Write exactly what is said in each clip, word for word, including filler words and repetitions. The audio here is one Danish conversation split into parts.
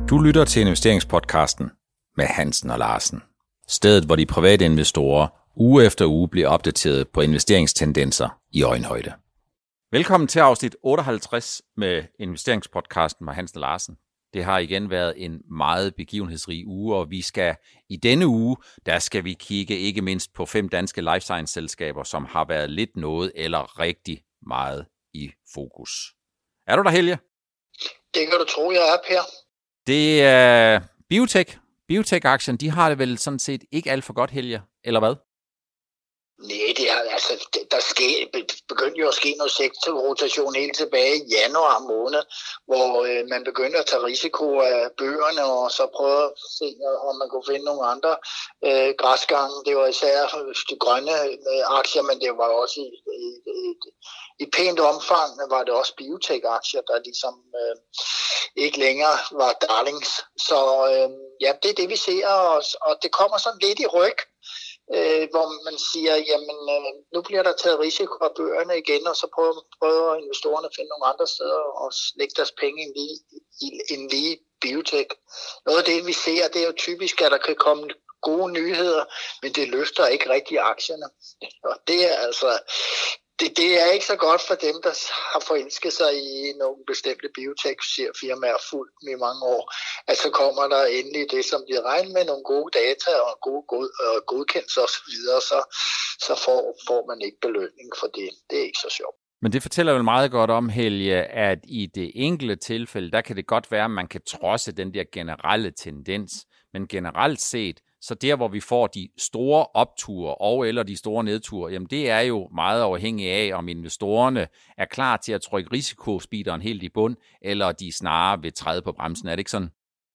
Du lytter til investeringspodcasten med Hansen og Larsen. Stedet, hvor de private investorer uge efter uge bliver opdateret på investeringstendenser i øjenhøjde. Velkommen til afsnit otteoghalvtreds med investeringspodcasten med Hansen og Larsen. Det har igen været en meget begivenhedsrig uge, og vi skal i denne uge, der skal vi kigge ikke mindst på fem danske life science selskaber, som har været lidt noget eller rigtig meget i fokus. Er du der, Helge? Det kan du tro, jeg er, Per. Det er uh, biotech. Biotech-aktien, de har det vel sådan set ikke alt for godt, Helge, eller hvad? Nej, det er, altså, der ske, begyndte jo at ske noget sektorrotation helt tilbage i januar måned, hvor øh, man begyndte at tage risiko af bøgerne, og så prøve at se, om man kunne finde nogle andre øh, græsgange. Det var især de grønne øh, aktier, men det var også i, i, i, i pænt omfang, var det også biotech-aktier, der ligesom øh, ikke længere var darlings. Så øh, ja, det er det, vi ser, og, og det kommer sådan lidt i ryg. Øh, hvor man siger, jamen øh, nu bliver der taget risiko af bøgerne igen, og så prøver, prøver investorerne at finde nogle andre steder og lægge deres penge i en lige, i en lige biotech. Noget af det, vi ser, det er jo typisk, at der kan komme gode nyheder, men det løfter ikke rigtig aktierne. Og det er altså... Det, det er ikke så godt for dem, der har forelsket sig i nogle bestemte biotech-firmaer fuldt i mange år. At så kommer der endelig det, som de regner med, nogle gode data og gode god, øh, godkendelser osv., så, så, så får, får man ikke belønning for det. Det er ikke så sjovt. Men det fortæller vel meget godt om, Helge, at i det enkelte tilfælde, der kan det godt være, at man kan trodse den der generelle tendens. Men generelt set, så der, hvor vi får de store opture og eller de store nedture, jamen det er jo meget afhængigt af, om investorerne er klar til at trykke risikospeederen helt i bund, eller de snarere vil træde på bremsen. Er det ikke sådan?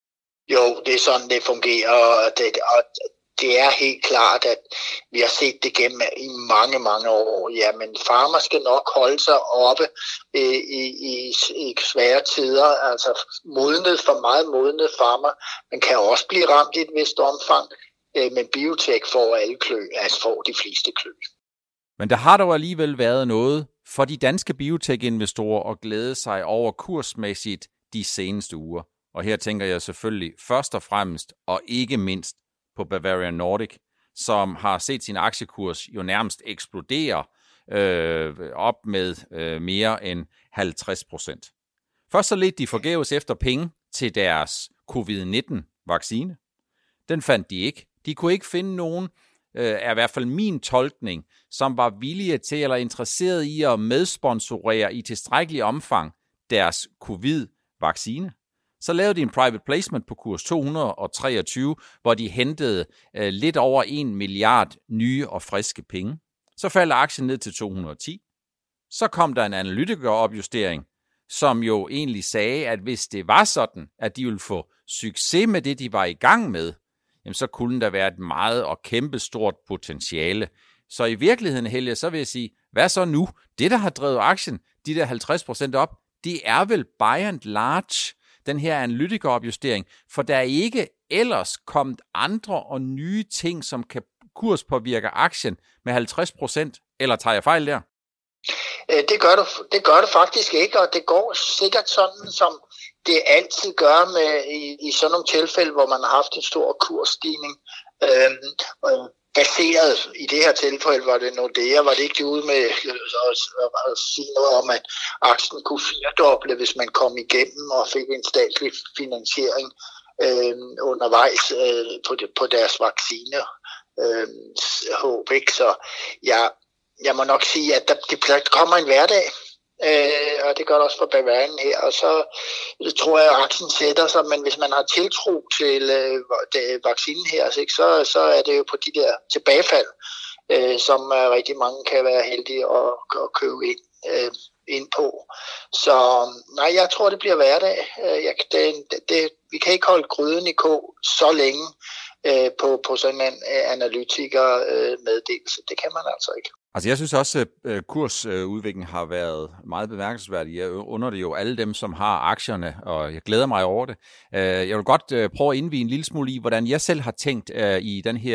Jo, det er sådan, det fungerer, og det, og det er helt klart, at vi har set det gennem i mange, mange år. Ja, men farmer skal nok holde sig oppe i, i, i, i svære tider, altså modnet for meget modnet farmer. Man kan også blive ramt i et vist omfang, men biotech får alle klø, altså får de fleste klø. Men der har dog alligevel været noget for de danske biotech-investorer at glæde sig over kursmæssigt de seneste uger. Og her tænker jeg selvfølgelig først og fremmest, og ikke mindst, på Bavarian Nordic, som har set sin aktiekurs jo nærmest eksplodere øh, op med øh, mere end halvtreds procent. Først så ledte de forgæves efter penge til deres covid nitten vaccine. Den fandt de ikke. De kunne ikke finde nogen, øh, er i hvert fald min tolkning, som var villige til eller interesseret i at medsponsorere i tilstrækkelig omfang deres covid-vaccine. Så lavede de en private placement på kurs to hundrede og treogtyve, hvor de hentede øh, lidt over en milliard nye og friske penge. Så faldt aktien ned til to hundrede og ti. Så kom der en analytikeropjustering, som jo egentlig sagde, at hvis det var sådan, at de ville få succes med det, de var i gang med, jamen så kunne der være et meget og kæmpestort potentiale. Så i virkeligheden, Helge, så vil jeg sige, hvad så nu? Det, der har drevet aktien, de der halvtreds procent op, det er vel by and large den her analytikeropjustering, for der er ikke ellers kommet andre og nye ting, som kan kurspåvirke aktien med halvtreds procent, eller tager jeg fejl der? Det gør det, det gør det faktisk ikke, og det går sikkert sådan, som det altid gør med i, i sådan nogle tilfælde, hvor man har haft en stor kursstigning. Øhm, baseret i det her tilfælde var det Nordea, var det ikke ude med at, at, at sige noget om, at aktien kunne firedoble, hvis man kom igennem og fik en statslig finansiering øh, undervejs øh, på, det, på deres vaccine øh, håb. Ikke? Så jeg, jeg må nok sige, at der, der kommer en hverdag, øh, og det gør det også for Bavarian her, og så det tror jeg, at aktien sætter sig, men hvis man har tiltro til øh, det, vaccinen her, altså, ikke, så, så er det jo på de der tilbagefald, øh, som øh, rigtig mange kan være heldige at, at købe ind, øh, ind på. Så nej, jeg tror, det bliver hverdag. Jeg, det, det, vi kan ikke holde gryden i kog så længe øh, på, på sådan en analytiker øh, meddelelse. Det kan man altså ikke. Altså jeg synes også, at kursudviklingen har været meget bemærkelsesværdig. Jeg under det jo alle dem, som har aktierne, og jeg glæder mig over det. Jeg vil godt prøve at indvie en lille smule i, hvordan jeg selv har tænkt i den her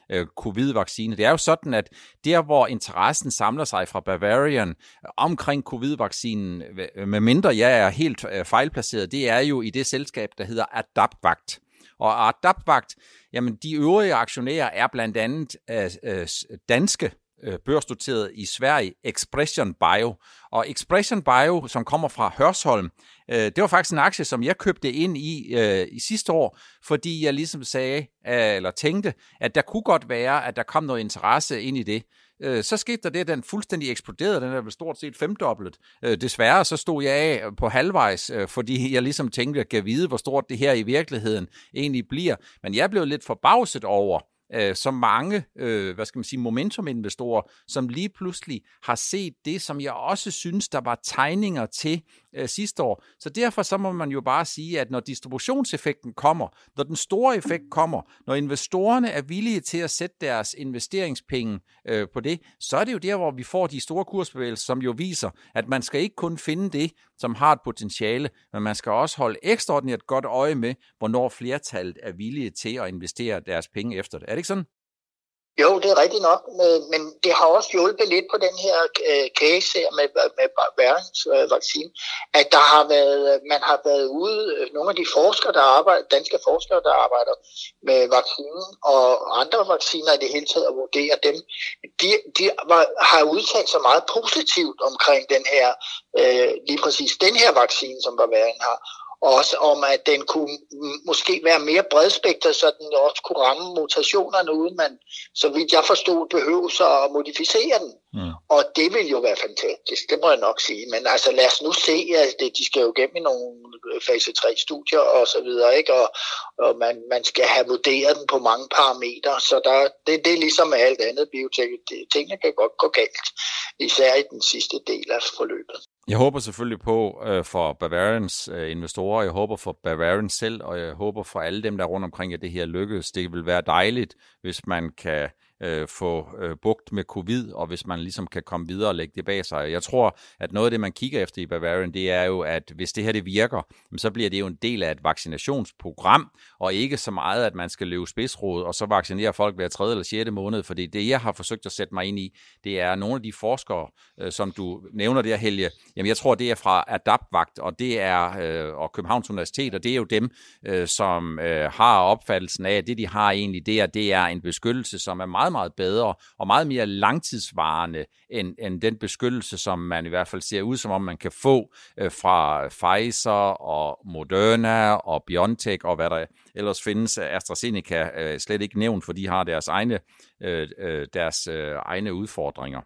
øh, covid-vaccine. Det er jo sådan, at der, hvor interessen samler sig fra Bavarian omkring covid-vaccinen, med mindre jeg er helt øh, fejlplaceret, det er jo i det selskab, der hedder AdaptVac. Og AdaptVac, jamen de øvrige aktionærer er blandt andet øh, øh, danske, børsnoteret i Sverige, Expression Bio. Og Expression Bio, som kommer fra Hørsholm, det var faktisk en aktie, som jeg købte ind i øh, i sidste år, fordi jeg ligesom sagde, eller tænkte, at der kunne godt være, at der kom noget interesse ind i det. Så skete der det, at den fuldstændig eksploderede, den er vel stort set femdoblet. Desværre så stod jeg af på halvvejs, fordi jeg ligesom tænkte, at jeg kan vide, hvor stort det her i virkeligheden egentlig bliver. Men jeg blev lidt forbavset over, så mange, øh, hvad skal man sige, momentuminvestorer, som lige pludselig har set det, som jeg også synes, der var tegninger til øh, sidste år. Så derfor så må man jo bare sige, at når distributionseffekten kommer, når den store effekt kommer, når investorerne er villige til at sætte deres investeringspenge øh, på det, så er det jo der, hvor vi får de store kursbevægelser, som jo viser, at man skal ikke kun finde det, som har et potentiale, men man skal også holde ekstraordinært godt øje med, hvornår flertallet er villige til at investere deres penge efter det. Er det ikke sådan? Jo, det er rigtigt nok, men det har også hjulpet lidt på den her case her med, med Bavarians vaccine, at der har været, man har været ude, nogle af de forskere, der arbejder, danske forskere, der arbejder med vaccinen og andre vacciner i det hele taget og vurderer dem, de, de var, har udtalt sig meget positivt omkring den her, øh, lige præcis den her vaccine, som Bavarian har. Også om, at den kunne måske være mere bredspektret, så den også kunne ramme mutationerne, uden man, så vidt jeg forstod, behøver så at modificere den. Mm. Og det vil jo være fantastisk, det må jeg nok sige. Men altså lad os nu se, at de skal jo gennem nogle fase tre-studier og så videre, ikke? Og, og man, man skal have vurderet den på mange parametre, så der, det, det er ligesom med alt andet biotek. Tingene kan godt gå galt, især i den sidste del af forløbet. Jeg håber selvfølgelig på øh, for Bavarians øh, investorer, jeg håber for Bavarian selv, og jeg håber for alle dem, der er rundt omkring, at det her lykkes. Det vil være dejligt, hvis man kan øh, få øh, bugt med covid, og hvis man ligesom kan komme videre og lægge det bag sig. Jeg tror, at noget af det, man kigger efter i Bavarian, det er jo, at hvis det her det virker, så bliver det jo en del af et vaccinationsprogram, og ikke så meget, at man skal løbe spidsrod, og så vaccinere folk hver tredje eller sjette måned, fordi det, jeg har forsøgt at sætte mig ind i, det er nogle af de forskere, øh, som du nævner der, Helge. Jamen, jeg tror, det er fra AdaptVac, og det er øh, og Københavns Universitet, og det er jo dem, øh, som øh, har opfattelsen af, at det, de har egentlig, det er, det er en beskyttelse, som er meget, meget bedre, og meget mere langtidsvarende, end, end den beskyttelse, som man i hvert fald ser ud, som om man kan få øh, fra Pfizer og Moderna og BioNTech, og hvad der ellers findes. AstraZeneca øh, slet ikke nævnt, for de har deres egne, øh, deres øh, egne udfordringer.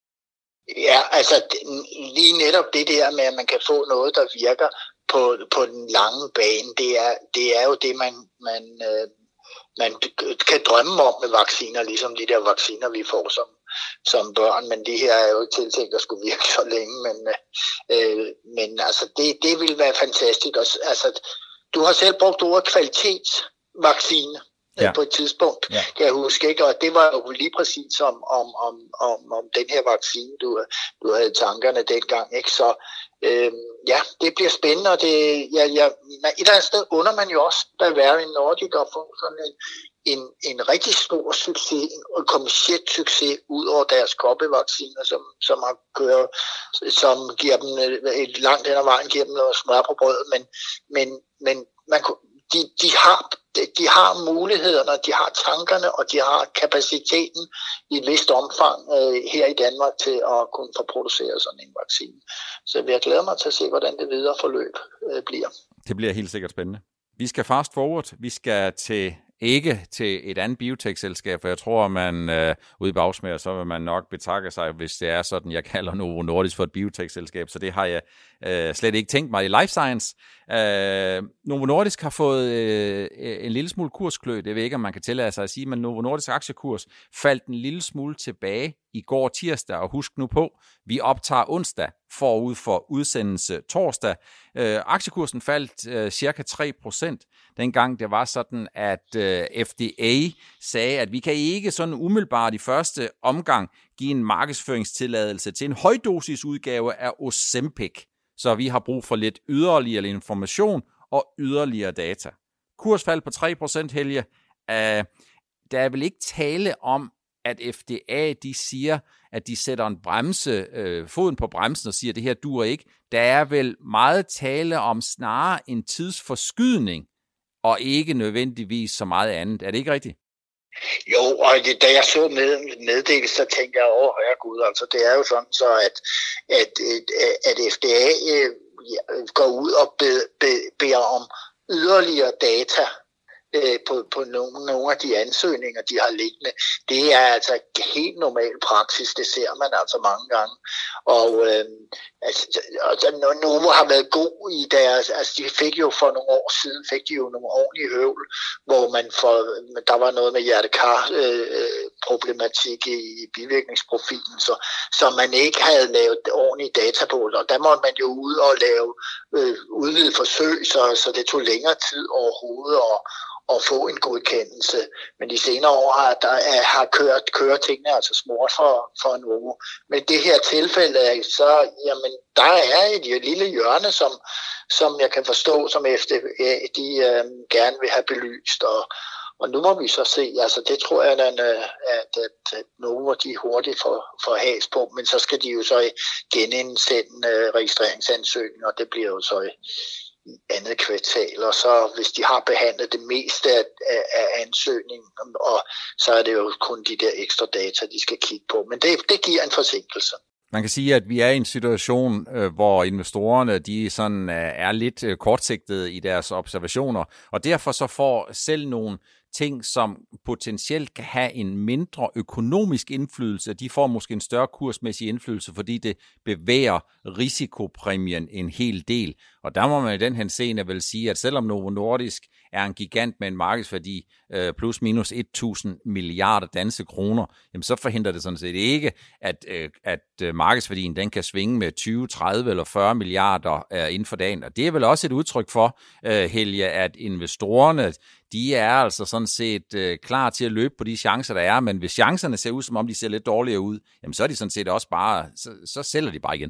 Ja, altså lige netop det der med, at man kan få noget, der virker på, på den lange bane, det er, det er jo det, man, man, øh, man kan drømme om med vacciner, ligesom de der vacciner, vi får som, som børn, men det her er jo ikke tiltænkt at skulle virke så længe, men, øh, men altså det, det vil være fantastisk. Altså, du har selv brugt ordet kvalitetsvaccine. Ja. På et tidspunkt, ja. Kan jeg huske, ikke? Og det var jo lige præcis om, om, om, om, om den her vaccine, du, du havde i tankerne dengang, ikke? Så øhm, ja, det bliver spændende, og det, ja, ja, et eller andet sted under man jo også Bavarian Nordic at få sådan en, en, en rigtig stor succes, en kommerciel succes, ud over deres koppevacciner, som, som har kørt, som giver dem et langt hen ad vejen, giver dem noget smør på brødet, men, men, men man kunne De, de, har, de har mulighederne, de har tankerne, og de har kapaciteten i et vist omfang øh, her i Danmark til at kunne få produceret sådan en vaccine. Så jeg glæder mig til at se, hvordan det videre forløb øh, bliver. Det bliver helt sikkert spændende. Vi skal fast forward. Vi skal til ikke til et andet biotech-selskab, for jeg tror, at man øh, ude i bagsmæret, så vil man nok betakke sig, hvis det er sådan, jeg kalder Novo Nordisk for et biotech-selskab, så det har jeg øh, slet ikke tænkt mig i life science. Øh, Novo Nordisk har fået øh, en lille smule kursklø, det ved jeg ikke, om man kan tillade sig at sige, men Novo Nordisk aktiekurs faldt en lille smule tilbage i går tirsdag, og husk nu på, vi optager onsdag forud for udsendelse torsdag. Øh, aktiekursen faldt øh, cirka tre procent, dengang det var sådan, at øh, F D A sagde, at vi kan ikke sådan umiddelbart i første omgang give en markedsføringstilladelse til en højdosisudgave af Ozempic, så vi har brug for lidt yderligere information og yderligere data. Kursfald på tre procent, Helge. Uh, der er vel ikke tale om, at F D A, de siger, at de sætter en bremse, øh, foden på bremsen og siger, at det her duer ikke. Der er vel meget tale om snarere en tidsforskydning, og ikke nødvendigvis så meget andet. Er det ikke rigtigt? Jo, og da jeg så med, meddelelse, så tænkte jeg, åh, herregud, altså det er jo sådan så, at, at, at F D A øh, går ud og be, be, beder om yderligere data øh, på, på nogle, nogle af de ansøgninger, de har liggende. Det er altså helt normal praksis, det ser man altså mange gange. Og øh, altså, Novo har været god i deres, altså de fik jo for nogle år siden, fik de jo nogle ordentlige høvl, hvor man for, der var noget med hjertekar øh, problematik i bivirkningsprofilen, så, så man ikke havde lavet ordentlige data på, og der måtte man jo ud og lave øh, udvidet forsøg, så, så det tog længere tid overhovedet og og få en godkendelse. Men de senere år har, der er, har kørt, kørt tingene altså smurt for, for Novo. Men det her tilfælde, så jamen, der er et lille hjørne, som, som jeg kan forstå, som F D A de øh, gerne vil have belyst. Og, og nu må vi så se, altså det tror jeg, at, at, at Novo de hurtigt får, får has på, men så skal de jo så genindsende registreringsansøgning, og det bliver jo så andet kvartal, og så hvis de har behandlet det meste af, af, af ansøgningen, og så er det jo kun de der ekstra data, de skal kigge på. Men det, det giver en forsinkelse. Man kan sige, at vi er i en situation, hvor investorerne de sådan er lidt kortsigtede i deres observationer, og derfor så får selv nogle ting, som potentielt kan have en mindre økonomisk indflydelse, de får måske en større kursmæssig indflydelse, fordi det bevæger risikopræmien en hel del. Og der må man i den henseende vel sige, at selvom Novo Nordisk er en gigant med en markedsværdi øh, plus minus tusind milliarder danske kroner, jamen så forhindrer det sådan set ikke, at, øh, at markedsværdien den kan svinge med tyve, tredive eller fyrre milliarder øh, inden for dagen. Og det er vel også et udtryk for, øh, Helge, at investorerne de er altså sådan set øh, klar til at løbe på de chancer, der er, men hvis chancerne ser ud, som om de ser lidt dårligere ud, jamen så er de sådan set også bare, så, så sælger de bare igen.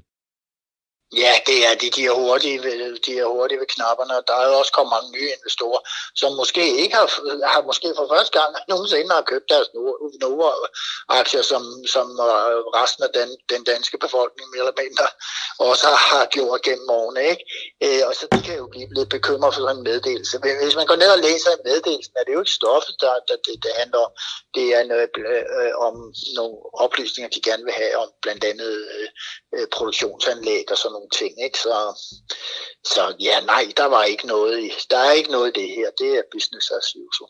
Ja, det er de, de er hurtige ved, de er hurtige ved knapperne, og der er jo også kommet mange nye investorer, som måske ikke har, har måske for første gang nogensinde har købt deres Novo-aktier, som, som resten af den, den danske befolkning mere eller mindre også har gjort gennem årene, ikke? Og så de kan jo blive lidt bekymret for en meddelelse. Men hvis man går ned og læser en meddelelse, er det jo ikke stoffet, der, der det, det handler om. Det er noget, øh, om nogle oplysninger, de gerne vil have om blandt andet øh, produktionsanlæg og sådan nogle ting, ikke? Så, så ja, nej, der var ikke noget i, der er ikke noget i det her. Det er business as usual.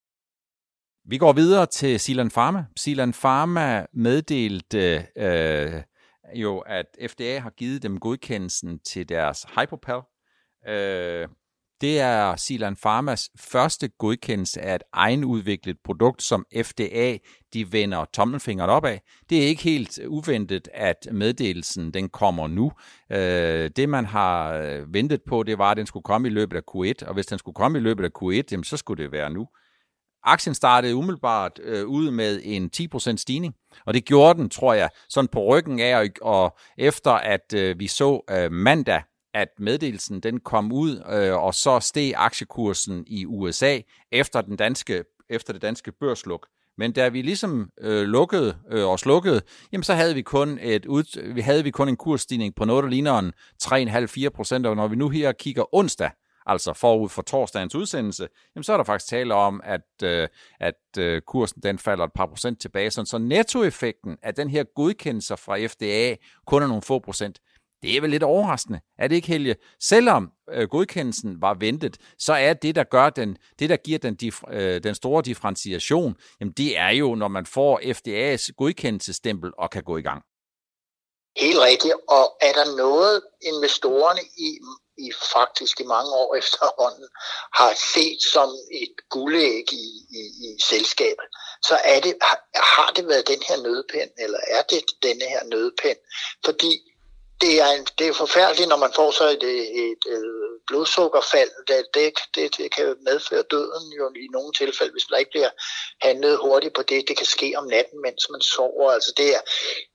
Vi går videre til Zealand Pharma. Zealand Pharma meddelte øh, jo, at F D A har givet dem godkendelsen til deres Hypopal. Øh, det er Zealand Pharmas første godkendelse af et egenudviklet produkt, som F D A de vender tommelfingeren op af. Det er ikke helt uventet, at meddelelsen den kommer nu. Øh, det man har ventet på, det var, at den skulle komme i løbet af Q et, og hvis den skulle komme i løbet af Q et, jamen, så skulle det være nu. Aktien startede umiddelbart øh, ud med en ti procent stigning, og det gjorde den, tror jeg, sådan på ryggen af, og, og efter at øh, vi så øh, mandag, at meddelelsen den kom ud, øh, og så steg aktiekursen i U S A efter, den danske, efter det danske børsluk. Men da vi ligesom øh, lukkede øh, og slukkede, jamen så havde vi kun et ud, vi havde vi kun en kursstigning på noget, der ligner en tre komma fem til fire procent, og når vi nu her kigger onsdag, altså forud for torsdagens udsendelse, jamen så er der faktisk tale om, at, øh, at øh, kursen den falder et par procent tilbage. Så nettoeffekten af den her godkendelse fra F D A kun er nogle få procent. Det er vel lidt overraskende, er det ikke, Helge? Selvom øh, godkendelsen var ventet, så er det, der gør den, det, der giver den, dif- øh, den store differentiation, jamen det er jo, når man får F D A's godkendelsesstempel og kan gå i gang. Helt rigtigt. Og er der noget, investorerne i, i faktisk i mange år efterhånden har set som et guldæg i, i, i selskabet, så er det, har det været den her nødpen, eller er det denne her nødpen? Fordi Det er, en, det er forfærdeligt, når man får så et, et, et, et blodsukkerfald. Det, det, det, det kan medføre døden jo i nogle tilfælde, hvis man ikke bliver handlet hurtigt på det. Det kan ske om natten, mens man sover. Altså det er,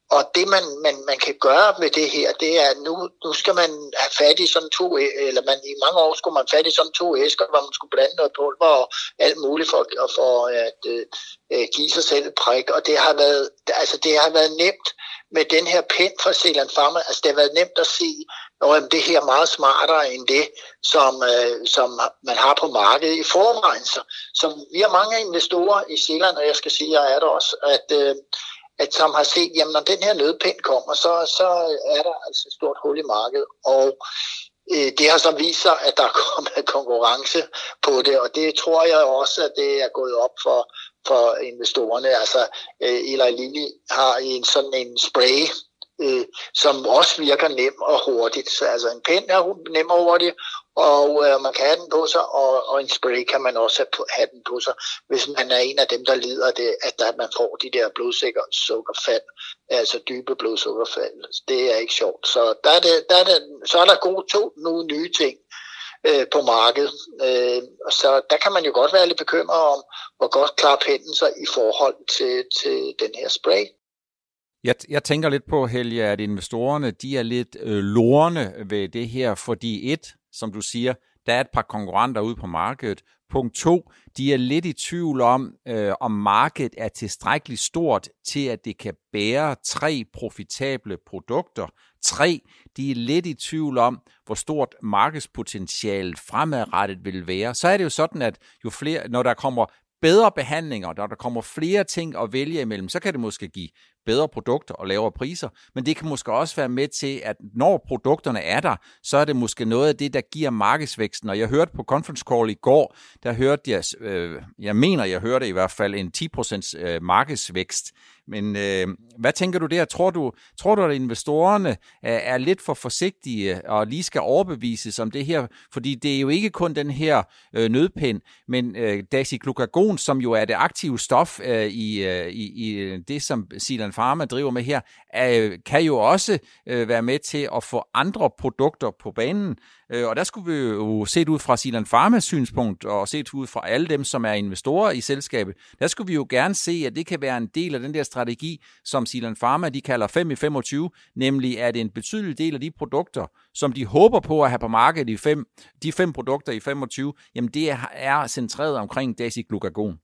Og det, man, man, man kan gøre med det her, det er, at nu, nu skal man have fat i sådan to, eller man, i mange år skulle man have fat i sådan to æsker, hvor man skulle blande noget pulver og alt muligt for, for at øh, give sig selv et prik. Og det har været, altså det har været nemt med den her pen fra Zealand Pharma. Altså det har været nemt at se, at det her er meget smartere end det, som, øh, som man har på markedet i forvejen. Så, så vi har mange investorer i Zealand, og jeg skal sige, jeg er der også, at øh, at som har set, jamen når den her nødpind kommer, så, så er der altså et stort hul i markedet, og øh, det har så vist sig, at der er kommet konkurrence på det, og det tror jeg også, at det er gået op for, for investorerne. Altså øh, Eli Lilly har en sådan en spray, øh, som også virker nem og hurtigt. Så, altså en pen er nem og hurtigt, og øh, man kan have den på sig, og, og en spray kan man også have, på, have den på sig, hvis man er en af dem, der lider af det, at der, man får de der blodsukkerfald, altså dybe blodsukkerfald. Det er ikke sjovt. Så der er, det, der er, det, så er der gode to nu nye ting øh, på markedet. Øh, så der kan man jo godt være lidt bekymret om, hvor godt klarer pennen sig i forhold til, til den her spray. Jeg, jeg tænker lidt på, Helge, at investorerne de er lidt øh, lorne ved det her, fordi et, som du siger, der er et par konkurrenter ude på markedet. Punkt to, de er lidt i tvivl om, øh, om markedet er tilstrækkeligt stort til, at det kan bære tre profitable produkter. Tre, de er lidt i tvivl om, hvor stort markedspotentialet fremadrettet vil være. Så er det jo sådan, at jo flere, når der kommer bedre behandlinger, når der kommer flere ting at vælge imellem, så kan det måske give bedre produkter og lavere priser, men det kan måske også være med til, at når produkterne er der, så er det måske noget af det, der giver markedsvæksten. Og jeg hørte på conference call i går, der hørte jeg, øh, jeg mener, jeg hørte i hvert fald en ti procent øh, markedsvækst. Men øh, hvad tænker du der? Tror du, tror du, at investorerne øh, er lidt for forsigtige og lige skal overbevises om det her? Fordi det er jo ikke kun den her øh, nødpind, men øh, dasiglucagon, som jo er det aktive stof øh, i, øh, i, i det, som Zealand Pharma driver med her, øh, kan jo også øh, være med til at få andre produkter på banen. Øh, og der skulle vi jo set ud fra Zealand Pharmas synspunkt, og set ud fra alle dem, som er investorer i selskabet, der skulle vi jo gerne se, at det kan være en del af den der strategi, som Zealand Pharma de kalder fem i femogtyve, nemlig at en betydelig del af de produkter, som de håber på at have på markedet i fem, de fem produkter i femogtyve, jamen det er centreret omkring dasiglucagon.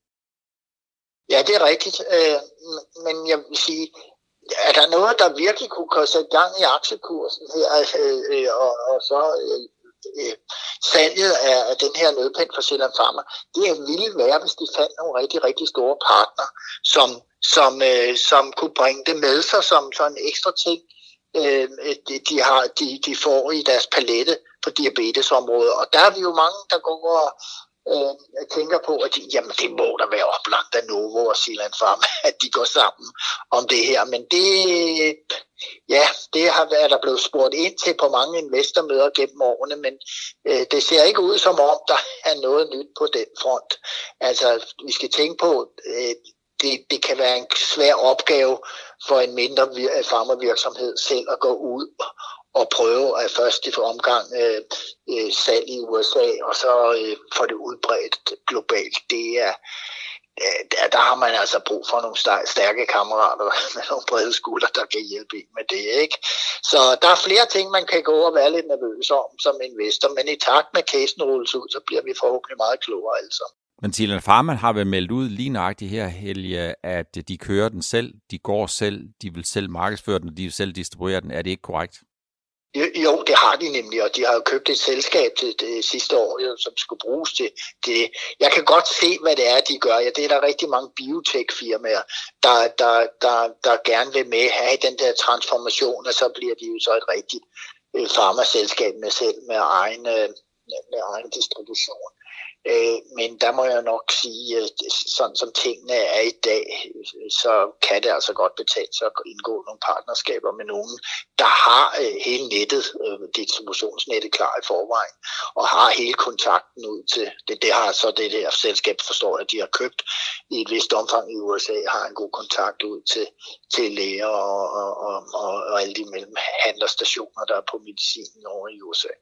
Ja, det er rigtigt, øh, men jeg vil sige, er der noget, der virkelig kunne sætte gang i aktiekursen her, øh, og, og så øh, øh, salget af, af den her nødpind fra Zealand Pharma, det ville være, hvis de fandt nogle rigtig, rigtig store partner, som, som, øh, som kunne bringe det med sig som sådan en ekstra ting, øh, de, de, har, de, de får i deres palette på diabetesområdet. Og der er vi jo mange, der går og øh, tænker på, at de, jamen, det må da være oplagt af Novo og Zealand Pharma, at de går sammen om det her. Men det, ja, det har været, der blevet spurgt ind til på mange investormøder gennem årene, men øh, det ser ikke ud som om, der er noget nyt på den front. Altså, vi skal tænke på, øh, det, det kan være en svær opgave for en mindre farmavirksomhed selv at gå ud og prøve at først i omgang øh, øh, salg i U S A, og så øh, få det udbredt globalt. Det er, der, der har man altså brug for nogle stærke kammerater med nogle brede skuldre, der kan hjælpe en med det, ikke? Så der er flere ting, man kan gå og være lidt nervøs om som investor, men i takt med casen rulles ud, så bliver vi forhåbentlig meget klogere altså. Men Zealand Pharma har vel meldt ud lige nøjagtigt her, Helge, at de kører den selv, de går selv, de vil selv markedsføre den, og de vil selv distribuere den. Er det ikke korrekt? Jo, det har de nemlig, og de har jo købt et selskab til det sidste år, som skulle bruges til det. Jeg kan godt se, hvad det er, de gør. Ja, det er der rigtig mange biotech-firmaer, der, der, der, der gerne vil med have den der transformation, og så bliver de jo så et rigtigt farmaselskab med selv med egen, med egen distribution. Men der må jeg nok sige, at sådan som tingene er i dag, så kan det altså godt betale sig at indgå nogle partnerskaber med nogen, der har hele nettet, distributionsnettet klar i forvejen, og har hele kontakten ud til det. Det har så det der selskab, forstår jeg, de har købt i et vist omfang i U S A, har en god kontakt ud til, til læger og, og, og, og alle de mellemhandlerstationer, der er på medicinen over i U S A.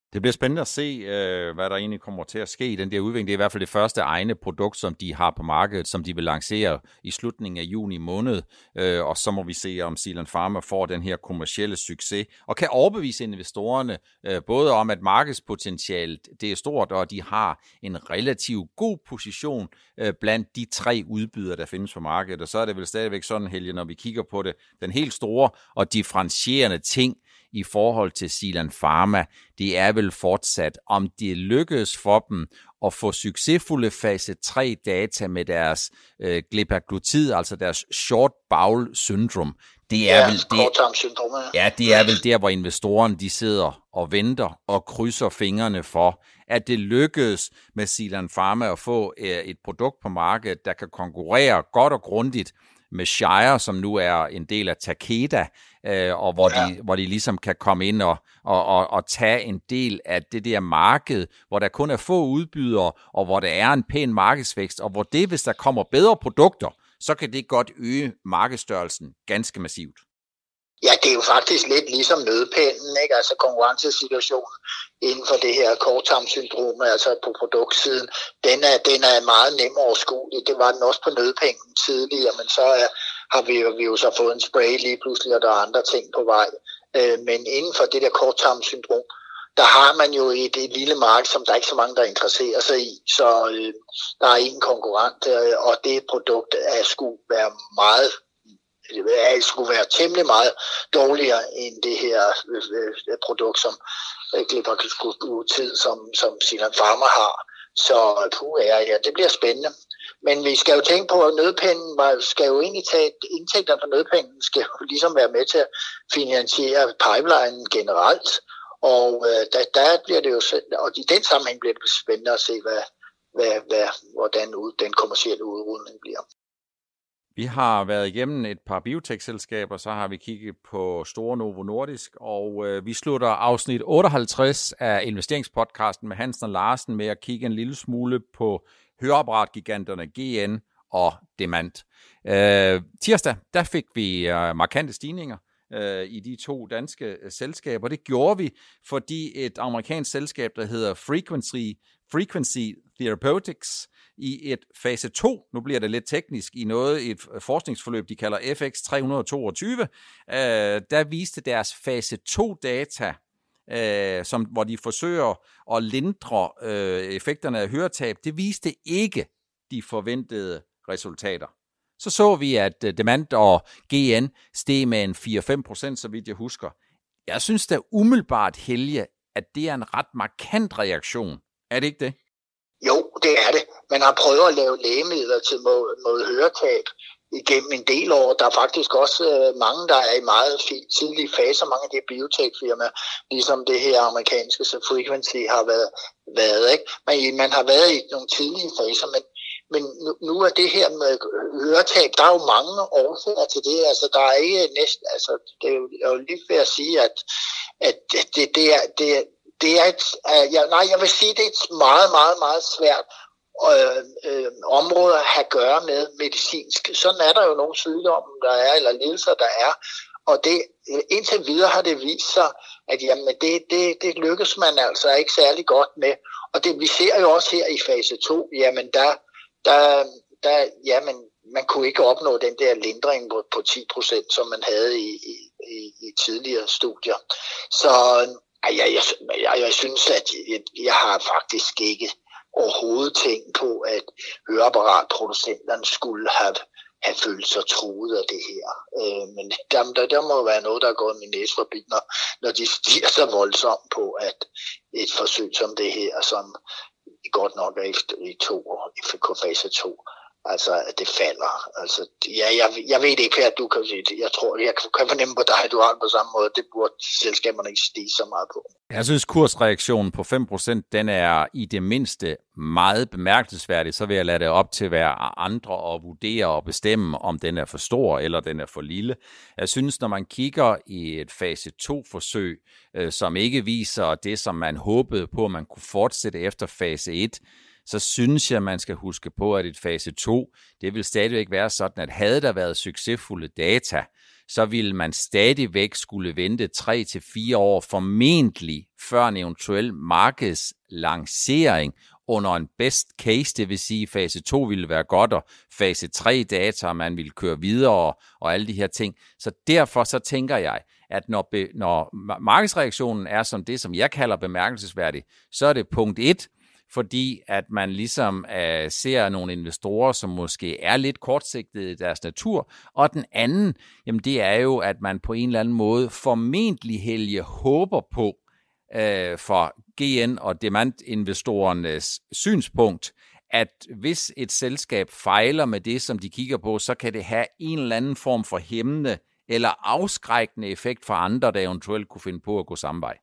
Det bliver spændende at se, hvad der egentlig kommer til at ske i den der udvikling. Det er i hvert fald det første egne produkt, som de har på markedet, som de vil lancere i slutningen af juni måned. Og så må vi se, om Zealand Pharma får den her kommercielle succes og kan overbevise investorerne både om, at markedspotentialet det er stort, og de har en relativt god position blandt de tre udbydere, der findes på markedet. Og så er det vel stadigvæk sådan, Helge, når vi kigger på det, den helt store og differentierende ting i forhold til Zealand Pharma, det er vel fortsat, om det lykkes for dem at få succesfulde fase tre data med deres øh, glepaglutid, altså deres short bowel syndrome. Det er ja, vel det, ja, det er vel der, hvor investorerne de sidder og venter og krydser fingrene for, at det lykkes med Zealand Pharma at få øh, et produkt på markedet, der kan konkurrere godt og grundigt med Shire, som nu er en del af Takeda, øh, og hvor, ja. de, hvor de ligesom kan komme ind og, og, og, og tage en del af det der marked, hvor der kun er få udbydere, og hvor der er en pæn markedsvækst, og hvor det, hvis der kommer bedre produkter, så kan det godt øge markedsstørrelsen ganske massivt. Ja, det er jo faktisk lidt ligesom nødpennen, ikke? Altså konkurrencesituationen inden for det her korttarmsyndrom, altså på produktsiden, den er, den er meget nem overskuelig. Det var den også på nødpennen tidligere, men så er, har vi jo, vi jo så fået en spray lige pludselig, og der er andre ting på vej. Øh, men inden for det der korttarmsyndrom, der har man jo et, et lille marked, som der er ikke så mange, der interesserer sig i. Så øh, der er en konkurrent, øh, og det produkt er skulle være meget det skulle være temmelig meget dårligere end det her øh, produkt, som øh, glepaglutid, som, som Zealand Pharma har. Så puh, ja, ja, det bliver spændende. Men vi skal jo tænke på, at nødpennen skal jo egentlig tage, indtægterne fra nødpennen skal jo ligesom være med til at finansiere pipelinen generelt. Og øh, der, der bliver det jo, og i den sammenhæng bliver det spændende at se, hvad, hvad, hvad, hvordan den kommercielle udrulning bliver. Vi har været igennem et par biotech-selskaber, så har vi kigget på Store Novo Nordisk, og øh, vi slutter afsnit otteoghalvtreds af investeringspodcasten med Hansen og Larsen med at kigge en lille smule på høreapparatgiganterne G N og Demant. Øh, tirsdag, der fik vi øh, markante stigninger øh, i de to danske øh, selskaber. Det gjorde vi, fordi et amerikansk selskab, der hedder Frequency, Frequency Therapeutics, i et fase to, nu bliver det lidt teknisk, i noget et forskningsforløb, de kalder F X tre hundrede og toogtyve, øh, der viste deres fase to data, øh, som, hvor de forsøger at lindre øh, effekterne af høretab, det viste ikke de forventede resultater. Så så vi, at Demant og G N steg med en fire til fem procent, så vidt jeg husker. Jeg synes da umiddelbart, Helge, at det er en ret markant reaktion. Er det ikke det? Jo, det er det. Man har prøvet at lave lægemidler til mod, mod høretab igennem en del år. Der er faktisk også øh, mange, der er i meget tidlige faser, mange af de biotech-firmaer, ligesom det her amerikanske, så Frequency har været, været ikke? Men man har været i nogle tidlige faser, men, men nu, nu er det her med høretab, der er jo mange årsager til det. Altså, der er ikke næsten, altså, det er jo, jeg er jo lige ved at sige, at, at det, det er, det er Det er et, uh, ja, nej, jeg vil sige, det er et meget, meget, meget svært øh, øh, område at have at gøre med medicinsk. Sådan er der jo nogle sygdomme, der er, eller lidelser, der er. Og det, indtil videre har det vist sig, at jamen, det, det, det lykkes man altså ikke særlig godt med. Og det, vi ser jo også her i fase to, jamen der, der, der jamen, man kunne ikke opnå den der lindring på, på ti procent, som man havde i, i, i, i tidligere studier. Så Jeg, jeg, jeg, jeg synes, at jeg, jeg har faktisk ikke overhovedet tænkt på, at høreapparatproducenterne skulle have, have følt sig truet af det her. Øh, men der, der, der må være noget, der går min næse forbi, når, når de stiger så voldsomt på, at et forsøg som det her, som godt nok er i to år, i fase to, altså at det falder. Altså, ja, jeg, jeg ved ikke, at du kan sige det. Jeg tror, jeg kan fornemme på dig, at du har det på samme måde. Det burde selskaberne ikke stige så meget på. Jeg synes, kursreaktionen på fem procent, den er i det mindste meget bemærkelsesværdig. Så vil jeg lade det op til hver andre at vurdere og bestemme, om den er for stor eller den er for lille. Jeg synes, når man kigger i et fase to-forsøg, øh, som ikke viser det, som man håbede på, at man kunne fortsætte efter fase et, så synes jeg, man skal huske på, at et fase to, det vil stadigvæk være sådan, at havde der været succesfulde data, så ville man stadigvæk skulle vente tre til fire år formentlig før en eventuel markedslancering under en best case, det vil sige, at fase to ville være godt, og fase tre data, man ville køre videre, og, og alle de her ting. Så derfor så tænker jeg, at når, be, når markedsreaktionen er som det, som jeg kalder bemærkelsesværdigt, så er det punkt et, fordi at man ligesom øh, ser nogle investorer, som måske er lidt kortsigtede i deres natur, og den anden, jamen det er jo, at man på en eller anden måde formentlig helge håber på, øh, for G N og Demant-investorernes synspunkt, at hvis et selskab fejler med det, som de kigger på, så kan det have en eller anden form for hæmmende eller afskrækkende effekt for andre, der eventuelt kunne finde på at gå samme vej.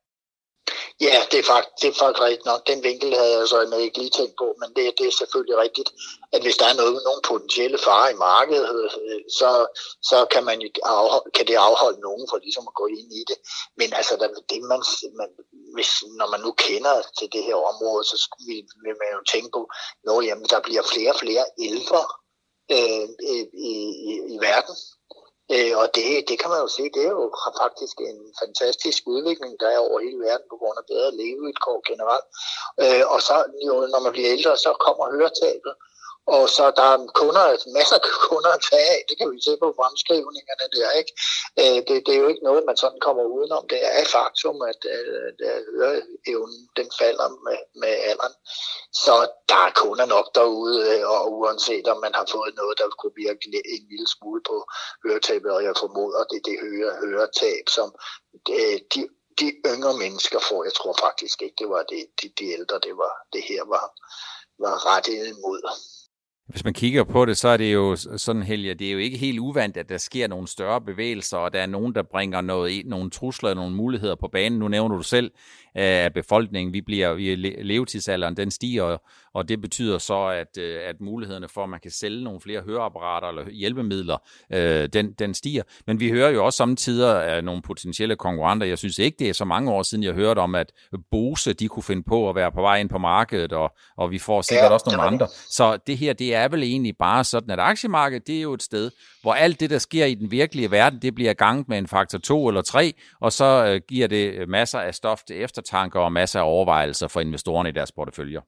Ja, det er faktisk, det er faktisk rigtigt nok. Den vinkel havde jeg så ikke lige tænkt på, men det, det er selvfølgelig rigtigt, at hvis der er noget, nogle potentielle farer i markedet, så, så kan, man, kan det afholde nogen for ligesom at gå ind i det. Men altså, det man, man, hvis, når man nu kender til det her område, så vil, vil man jo tænke på, at der bliver flere og flere ældre øh, i, i, i verden. Øh, og det, det kan man jo se, det er jo faktisk en fantastisk udvikling, der er over hele verden på grund af bedre levevilkår generelt. Øh, og så jo, når man bliver ældre, så kommer høretabet. Og så der er kunder, masser af kunder at tage af. Det kan vi se på fremskrivningerne der, ikke? Øh, det, det er jo ikke noget, man sådan kommer udenom. Det er et faktum, at, at, at høreevnen den falder med, med alderen. Så der er kunder nok derude, og uanset om man har fået noget, der kunne virke en lille smule på høretabet, og jeg formoder, det er det høre, høretab, som de, de yngre mennesker får. Jeg tror faktisk ikke, det var det, de, de ældre, det var det her var, var rettet imod. Hvis man kigger på det, så er det jo sådan, Helge, det er jo ikke helt uvandt, at der sker nogle større bevægelser, og der er nogen, der bringer noget, nogle trusler og nogle muligheder på banen. Nu nævner du selv, at befolkningen, vi bliver, vi levetidsalderen, den stiger, og det betyder så, at, at mulighederne for, at man kan sælge nogle flere høreapparater eller hjælpemidler, den, den stiger. Men vi hører jo også samtidig af nogle potentielle konkurrenter. Jeg synes ikke, det er så mange år siden, jeg hørte om, at Bose, de kunne finde på at være på vej ind på markedet, og, og vi får sikkert ja, også nogle andre. Så det her, det er vel egentlig bare sådan, at aktiemarkedet, det er jo et sted, hvor alt det, der sker i den virkelige verden, det bliver ganget med en faktor to eller tre, og så øh, giver det masser af stof til eftertanker og masser af overvejelser for investorerne i deres porteføljer.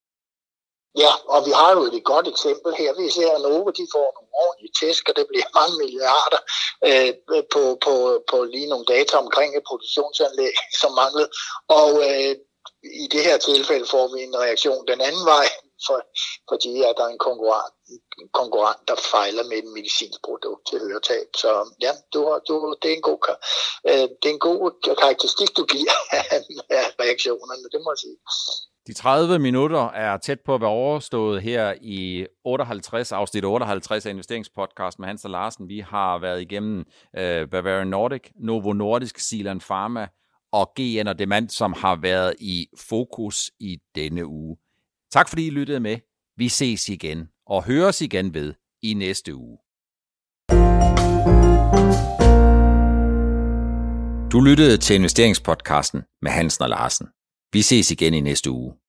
Ja, og vi har jo et godt eksempel her. Vi ser, at Novo, de får nogle ordentlige tæsk, og det bliver mange milliarder øh, på, på, på lige nogle data omkring et produktionsanlæg, som manglede. Og øh, i det her tilfælde får vi en reaktion den anden vej, for, fordi at der er en konkurrent, konkurrent, der fejler med et medicinsk produkt til høretab. Så ja, du, du, det, er en god, øh, det er en god karakteristik, du giver af reaktionerne, det må jeg sige. De tredive minutter er tæt på at være overstået her i otteoghalvtreds, afsnit otteoghalvtreds af Investeringspodcast med Hans og Larsen. Vi har været igennem øh, Bavarian Nordic, Novo Nordisk, Zealand Pharma og G N og Demant, som har været i fokus i denne uge. Tak fordi I lyttede med. Vi ses igen og høres igen ved i næste uge. Du lyttede til Investeringspodcasten med Hansen og Larsen. Vi ses igen i næste uge.